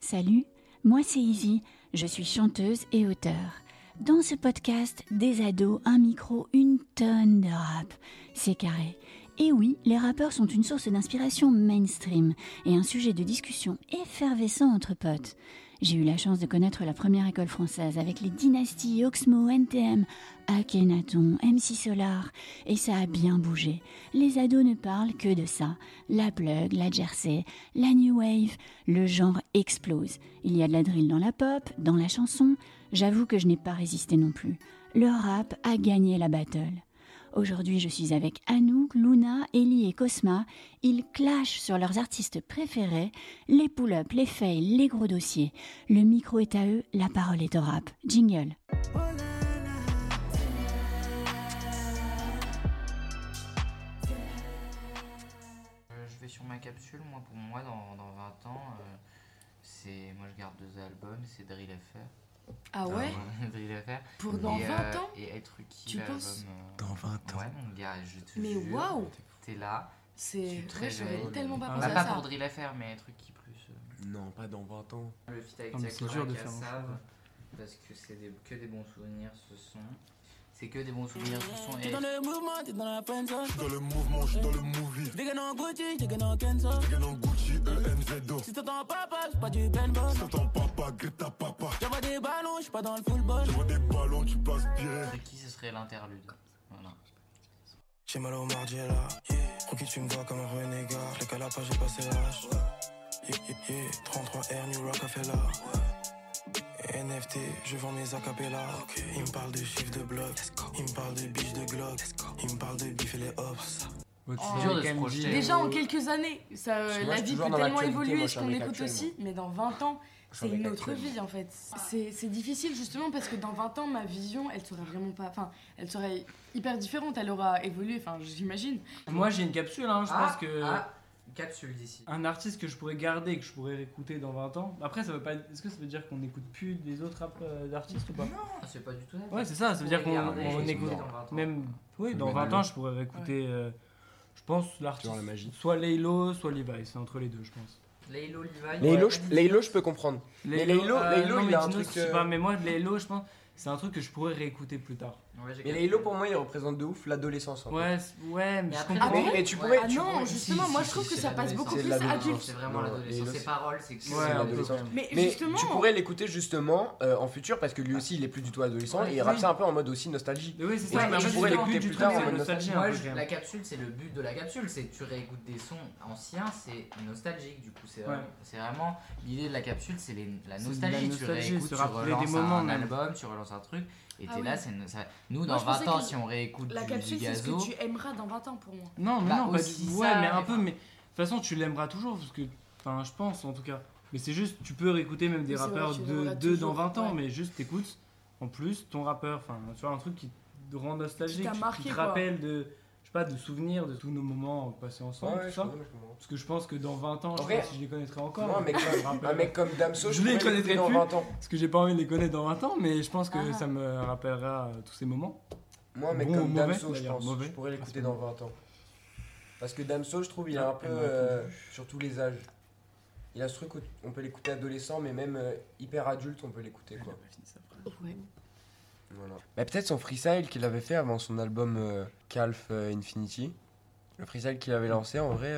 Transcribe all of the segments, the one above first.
Salut, moi c'est Izzy, je suis chanteuse et auteure. Dans ce podcast, des ados, un micro, une tonne de rap. C'est carré. Et oui, les rappeurs sont une source d'inspiration mainstream et un sujet de discussion effervescent entre potes. J'ai eu la chance de connaître la première école française avec les dynasties Oxmo, NTM, Akhenaton, MC Solar, et ça a bien bougé. Les ados ne parlent que de ça. La plug, la jersey, la new wave, le genre explose. Il y a de la drill dans la pop, dans la chanson. J'avoue que je n'ai pas résisté non plus. Le rap a gagné la battle. Aujourd'hui, je suis avec Anouk, Luna, Ellie et Cosma. Ils clashent sur leurs artistes préférés, les pull-up, les fails, les gros dossiers. Le micro est à eux, la parole est au rap. Jingle. Je vais sur ma capsule, pour moi dans 20 ans, moi je garde 2 albums, c'est Drill FR. Ah ouais, Drill FR. Pour dans 20 ans Et être qui tu l'album penses Dans 20 ans. Ouais mon gars, je te Mais jure. waouh, T'es là. c'est Tu te vrai, j'aurais réveilles. tellement pas Ah, pensé Bah, à pas ça. pour Drill FR, mais être qui plus. Non, pas dans 20 ans. Le feat avec Ah, mais c'est Tiakola, dur de faire un Kassav, choix. parce que c'est que des bons souvenirs ce son. C'est que des bons souvenirs ce son. T'es dans le mouvement, t'es dans la friendzone. J'suis dans le mouvement, j'suis dans le movie. Des gars dans Gucci, des gars dans Kenzo. J'suis dans Gucci, ENZO. Si t'entends papa, c'est pas du paintball. T'entends papa, Greta papa. J'envoie des ballons, j'suis pas dans le football. J'envoie des ballons, tu passes bien. Avec qui ce serait l'interlude. Voilà. J'ai mal au mardier-là, pour qui tu me vois comme un renégat. Les calapas, j'ai passé l'âge. 33R, New Rockefeller. NFT, je vends mes acapellas. Il me parle de chiffres de bloc, il me parle de biches de Glock, il me parle de bif et les hops. Ouais, C'est dur de se projeter. Déjà en quelques années, ça, Parce que moi, la je suis vie peut toujours dans tellement l'actualité, évoluer, moi, je ce suis qu'on avec écoute actuel, aussi, mais dans 20 ans, Je suis c'est avec une autre actuel. vie en fait. C'est difficile justement parce que dans 20 ans, ma vision, elle serait vraiment pas... Enfin, elle serait hyper différente, elle aura évolué, enfin j'imagine. Moi j'ai une capsule, je pense que Capsule d'ici. un artiste que je pourrais garder et que je pourrais écouter dans 20 ans. Après, ça veut pas. Est-ce que ça veut dire qu'on n'écoute plus des autres rap d'artistes ou pas? Non, c'est pas du tout ça. Ouais, c'est ça. Ça veut dire qu'on Regarder, écoute. dans 20 ans. Même. Oui, dans Mais 20 de ans, lui. je pourrais écouter. Je pense l'artiste. Genre la magie. Soit Laylo, soit Levi. C'est entre les deux, je pense. Laylo, Levi. Laylo, je peux comprendre. Mais Laylo, non, il mais a un Dino, truc, je sais pas, mais moi, Laylo, je pense. C'est un truc que je pourrais réécouter plus tard. Ouais, j'ai Mais capté. Laylo, pour moi, il représente de ouf l'adolescence. en fait. Ouais, ouais, mais Mais je après, comprends. Ah, Mais tu pourrais. Ah tu non, pourrais- justement, moi je trouve que ça passe beaucoup C'est plus de l'adolescence. adulte. C'est vraiment Non, l'adolescence. Laylo, Ses c'est- paroles, c'est que Ouais, C'est un peu l'adolescence. quand même. Mais Mais justement, tu pourrais l'écouter justement en futur parce que lui aussi il est plus du tout adolescent Ouais, et il rappe ça un peu en mode aussi nostalgie. Mais oui, c'est Ouais, ça. Mais en je fait, pourrais c'est l'écouter le but plus du tard truc, en c'est mode nostalgie. Moi, un peu, quand même. la capsule, c'est le but de la capsule, c'est que tu réécoutes des sons anciens, c'est nostalgique. Du coup, c'est vraiment l'idée de la capsule, c'est la C'est de nostalgie. la Tu nostalgie, réécoutes, se tu rappeler des relances moments un même. album, tu relances un truc, et Ah t'es oui. là. Nous, Moi, dans je pensais 20 ans, que si on réécoute la du capsule, c'est ce Gazo, que tu aimeras dans 20 ans pour moi. Non, mais Bah, non, pas aussi du... ça, Ouais, mais un mais peu, enfin- mais de toute façon, tu l'aimeras toujours, parce que... Enfin, je pense, en tout cas. Mais c'est juste, tu peux réécouter même des Oui, c'est vrai, rappeurs tu de l'auras dans toujours, 20 ans, ouais. mais juste t'écoutes, en plus, ton rappeur, enfin, tu vois, un truc qui te rend nostalgique, Qui t'a marqué, qui te quoi. rappelle de... Je sais pas, de souvenirs de tous nos moments passés ensemble, tout je ça. comprends, je comprends. Parce que je pense que dans 20 ans, je En sais pas vrai, si je les connaîtrais encore. Moi, mais je me rappelle- un mec comme Damso, Je je les pourrais l'écouter connaîtrais dans plus. 20 ans. Parce que j'ai pas envie de les connaître dans 20 ans, mais je pense que Ah. ça me rappellera tous ces moments. Moi, un mec Bon ou comme mauvais, Damso, je d'ailleurs, pense, mauvais. je pourrais l'écouter Parce que- dans 20 ans. Parce que Damso, je trouve, il a un peu elle m'a répondu. sur tous les âges. Il a ce truc où on peut l'écouter adolescent, mais même hyper adulte, on peut l'écouter quoi. Ouais. Voilà. Bah, peut-être son freestyle qu'il avait fait avant son album Calf Infinity. Le freestyle qu'il avait lancé, en vrai,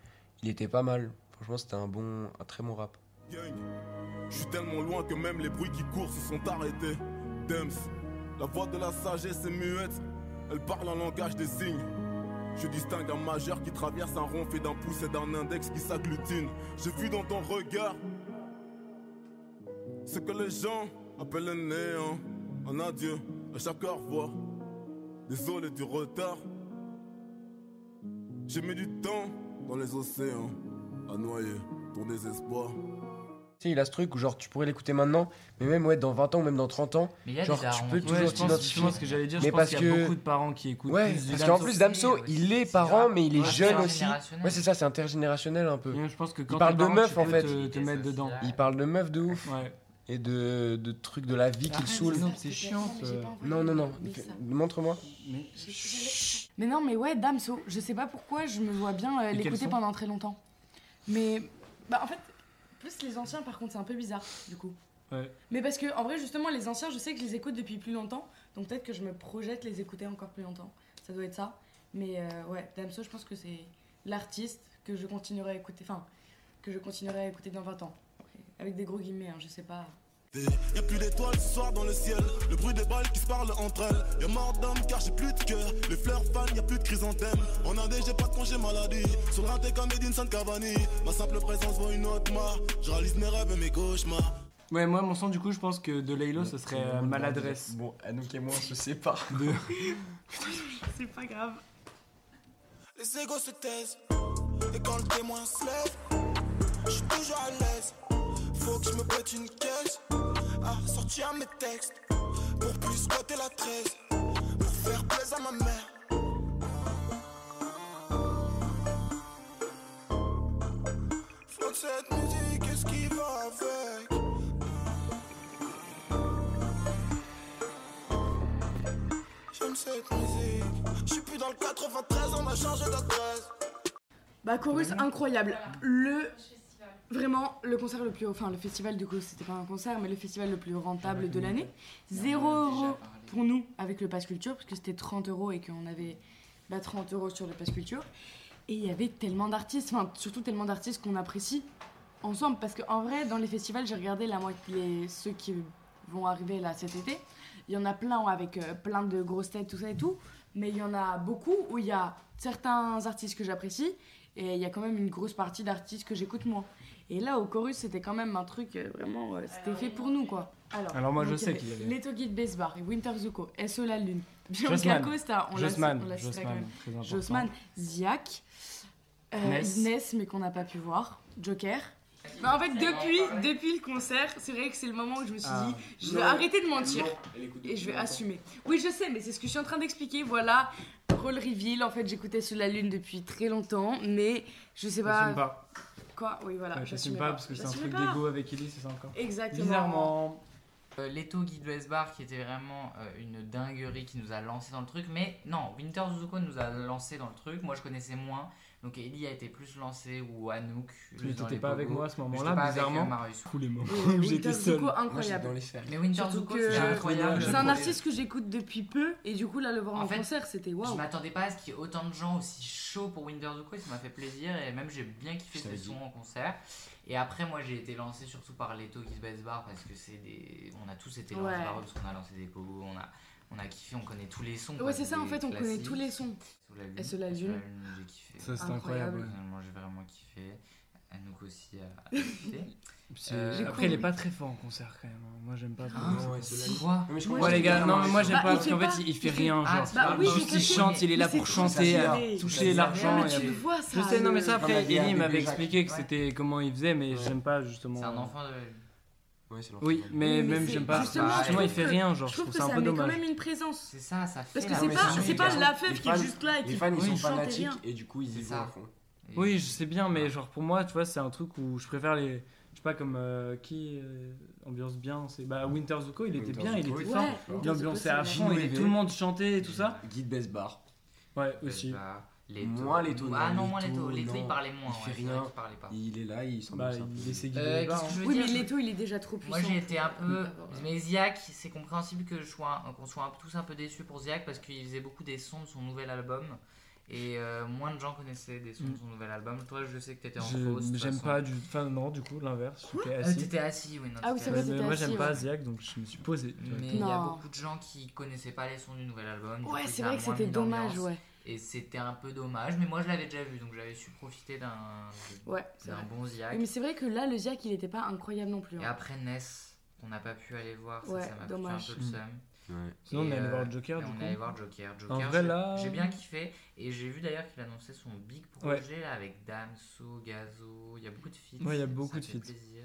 il était pas mal. Franchement, c'était un très bon rap. Gang. Je suis tellement loin que même les bruits qui courent se sont arrêtés. Dems, la voix de la sagesse est muette, elle parle en langage des signes. Je distingue un majeur qui traverse un rond fait d'un pouce et d'un index qui s'agglutine. J'ai vu dans ton regard ce que les gens appellent le néant. Un adieu à chaque au revoir. Désolé du retard. J'ai mis du temps dans les océans à noyer ton désespoir. Tu sais, il a ce truc où genre tu pourrais l'écouter maintenant, mais même ouais, dans 20 ans ou même dans 30 ans, mais il y a genre des tu darons peux qui- toujours Ouais, je pense t'identifier. justement ce que j'allais dire, Mais je pense parce qu'il y a que- beaucoup de parents qui écoutent Ouais, plus du parce qu'en Damso. plus Damso, aussi, il est c'est parent, grave. mais il est Ouais, jeune c'est aussi. intergénérationnel. Ouais, c'est ça, c'est intergénérationnel un peu. Et je pense que quand parle t'es de parent, meuf, tu en peux fait. te mettre dedans. Il parle de meuf de ouf Ouais. et de trucs de la vie qui le Arrête, saoulent. sinon, c'est chiant, Mais j'ai ça. pas envie Non, non, non. de ça. Montre-moi. Mais Mais non, mais ouais, Damso, je sais pas pourquoi je me vois bien Et quels l'écouter sont pendant très longtemps. Mais, bah en fait, Plus les anciens, par contre, c'est un peu bizarre, du coup. Ouais. Mais parce que, en vrai, justement, les anciens, je sais que je les écoute depuis plus longtemps. Donc peut-être que je me projette les écouter encore plus longtemps. Ça doit être ça. Mais ouais, Damso, je pense que c'est l'artiste que je continuerai à écouter. Enfin, que je continuerai à écouter dans 20 ans. Avec des gros guillemets, hein, je sais pas. Y'a plus d'étoiles ce soir dans le ciel. Le bruit des balles qui se parlent entre elles. Y'a mort d'homme car j'ai plus de cœur. Les fleurs fanent, y'a plus de chrysanthèmes. En Indé, j'ai pas de congé maladie. Sur le rinté comme Edinson Cavani. Ma simple présence vaut une autre marque. Je réalise mes rêves et mes cauchemars. Ouais, moi, mon son, du coup, je pense que de Laylo, ce serait Maladresse. Bon, Anouk et moi, on se sépare. C'est pas grave. Les égos se taisent. Et quand le témoin se lève, je suis toujours à l'aise. Faut que je me pète une caisse à sortir mes textes pour plus squatter la 13, pour faire plaisir à ma mère. Flotte cette musique, qu'est-ce qui va avec? J'aime cette musique. Je suis plus dans le 93, on a changé d'adresse. Bah, Chorus, incroyable. Vraiment, le concert le plus... Enfin, le festival, du coup, c'était pas un concert, mais le festival le plus rentable de l'année. 0€ pour nous, avec le Pass Culture, parce que c'était 30€ et qu'on avait 30€ sur le Pass Culture. Et il y avait tellement d'artistes, enfin, surtout tellement d'artistes qu'on apprécie ensemble. Parce qu'en vrai, dans les festivals, j'ai regardé ceux qui vont arriver là cet été. Il y en a plein avec plein de grosses têtes, tout ça et tout. Mais il y en a beaucoup où il y a certains artistes que j'apprécie et il y a quand même une grosse partie d'artistes que j'écoute moins. Et là, au Chorus, c'était quand même un truc vraiment... c'était fait pour nous, quoi. Alors moi, je donc, sais qu'il y avait... Leto Guide Besbar et Winter Zuko, SO La Lune, Bianca Jossman. Costa, on l'a cité quand même. très important. Jossman, Ziak, Ness, mais qu'on n'a pas pu voir, Joker. Mais en fait, depuis le concert, c'est vrai que c'est le moment où je me suis dit, je vais arrêter de mentir et je vais assumer. Oui, je sais, mais c'est ce que je suis en train d'expliquer. Voilà, rôle reveal. En fait, j'écoutais Sous la Lune depuis très longtemps, mais je sais pas. Quoi? Oui, voilà. Ouais, j'assume pas parce que c'est un truc d'ego avec Ellie, c'est ça encore. Exactement. Bizarrement. Leto Guido Esbar qui était vraiment une dinguerie qui nous a lancé dans le truc, mais non, Winter Zuko nous a lancé dans le truc. Moi je connaissais moins, donc Ellie a été plus lancée ou Anouk. Tu n'étais pas avec moi à ce moment-là, pas bizarrement. tous les moments où j'étais seul. Incroyable. Dans les sphères. Mais Winter Zuko c'est incroyable. C'est un artiste que j'écoute depuis peu et du coup là le voir en concert c'était waouh. Je m'attendais pas à ce qu'il y ait autant de gens aussi chauds pour Winter Zuko et ça m'a fait plaisir et même j'ai bien kiffé ses sons en concert. Et après, moi j'ai été lancé surtout par Leto Gisbesbar parce que on a tous été lancés par eux parce qu'on a lancé des pogos, on a kiffé, on connaît tous les sons. Ouais, c'est ça en fait, on connaît tous les sons. Sous la Lune, j'ai kiffé. Ça c'était incroyable. Moi j'ai vraiment kiffé. Anouk aussi a kiffé. Après, il est pas très fort en concert quand même. Moi j'aime pas trop. Quoi les gars, non, mais moi j'aime pas parce qu'en fait il fait rien. Juste il chante, il est là pour chanter, toucher l'argent. Je sais, non, mais ça après, Ellie m'avait expliqué que c'était comment il faisait, mais j'aime pas justement. C'est un enfant de. Oui, mais même j'aime pas. Justement, il fait rien, genre je trouve ça un peu dommage. Ça met quand même une présence. C'est ça fait. Parce que c'est pas la feuf qui est juste là et qui les fans ils sont chante fanatiques rien. et du coup ils y vont à fond. Oui, je sais bien, mais genre pour moi, tu vois, c'est un truc où je préfère les. Je sais pas, comme ambiance bien, c'est Winter Zuko, il était bien, il était fort. Il ambiançait à fond, tout le monde chantait et tout ça. Guide Besbar. Ouais, aussi. Moins Leto. Ah non, moins Leto. Leto il parlait moins. Il fait rien. Il est là, il s'en va. Il essaie de Oui, mais Leto il est déjà trop puissant. Moi j'ai été un peu. Mais Ziak, c'est compréhensible qu'on soit tous un peu déçus pour Ziak parce qu'il faisait beaucoup des sons de son nouvel album. Et moins de gens connaissaient des sons de son nouvel album. Toi, je sais que t'étais en fausse. J'aime pas du. Enfin, non, du coup, l'inverse. T'étais assis, oui. Non, ah oui, c'est vrai, t'étais assis. Moi, j'aime pas Ziak, donc je me suis posé. Mais il y a beaucoup de gens qui connaissaient pas les sons du nouvel album. Ouais, c'est vrai que c'était dommage, ouais. Et c'était un peu dommage, mais moi je l'avais déjà vu, donc j'avais su profiter d'un bon Ziak. Mais c'est vrai que là, le Ziak, il était pas incroyable non plus. Et après Ness, qu'on n'a pas pu aller voir, ça m'a foutu un peu le seum. Sinon, on est allé voir Joker. On est allé voir Joker. En vrai, là. J'ai bien kiffé. Et j'ai vu d'ailleurs qu'il annonçait son big projet là, avec Damso, Gazo. Il y a beaucoup de feats. Ouais, il y a beaucoup de feats.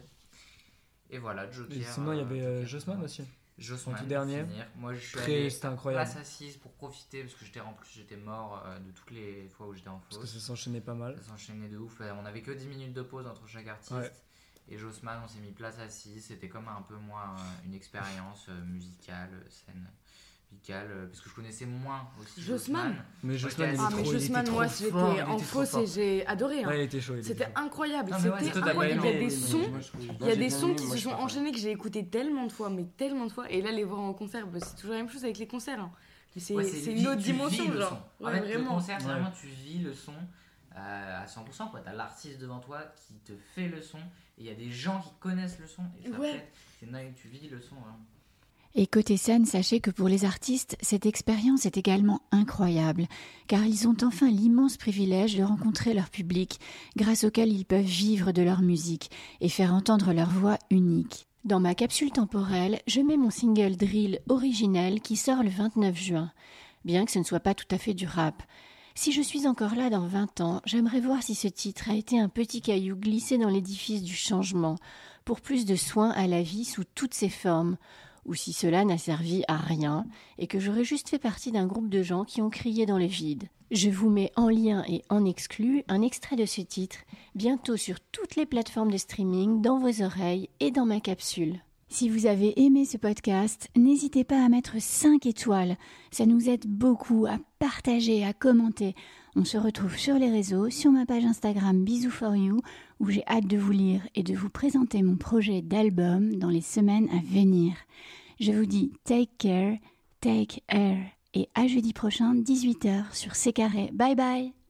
Et voilà, Joker. Et sinon, il y avait Jossman aussi. Jossman, tout dernier. Moi, je suis allé incroyable. place assise pour profiter parce que j'étais mort de toutes les fois où j'étais en fausse. Parce que ça s'enchaînait pas mal. Ça s'enchaînait de ouf. On avait que 10 minutes de pause entre chaque artiste. Ouais. Et Jossman, on s'est mis place assise. C'était comme un peu moins une expérience musicale, scène, parce que je connaissais moins aussi Jossman. Mais Jossman, moi j'étais en fausse et j'ai adoré. Ouais, il était chaud. C'était incroyable. Non, ouais, c'était incroyable. Il y a des sons qui se sont enchaînés que j'ai écouté tellement de fois. Et là, les voir en concert, c'est toujours la même chose avec les concerts. Hein. C'est une autre dimension, genre. En fait, le concert, c'est vraiment tu vis le son à 100%. T'as l'artiste devant toi qui te fait le son. Et il y a des gens qui connaissent le son. Et ça c'est dingue, tu vis le son. Vraiment. Et côté scène, sachez que pour les artistes, cette expérience est également incroyable, car ils ont enfin l'immense privilège de rencontrer leur public, grâce auquel ils peuvent vivre de leur musique et faire entendre leur voix unique. Dans ma capsule temporelle, je mets mon single Drill originel qui sort le 29 juin, bien que ce ne soit pas tout à fait du rap. Si je suis encore là dans 20 ans, j'aimerais voir si ce titre a été un petit caillou glissé dans l'édifice du changement, pour plus de soins à la vie sous toutes ses formes, ou si cela n'a servi à rien et que j'aurais juste fait partie d'un groupe de gens qui ont crié dans le vide. Je vous mets en lien et en exclu un extrait de ce titre, bientôt sur toutes les plateformes de streaming, dans vos oreilles et dans ma capsule. Si vous avez aimé ce podcast, n'hésitez pas à mettre 5 étoiles, ça nous aide beaucoup à partager, à commenter. On se retrouve sur les réseaux, sur ma page Instagram Bisous for You, où j'ai hâte de vous lire et de vous présenter mon projet d'album dans les semaines à venir. Je vous dis take care, take air, et à jeudi prochain 18h sur C carré. Bye bye.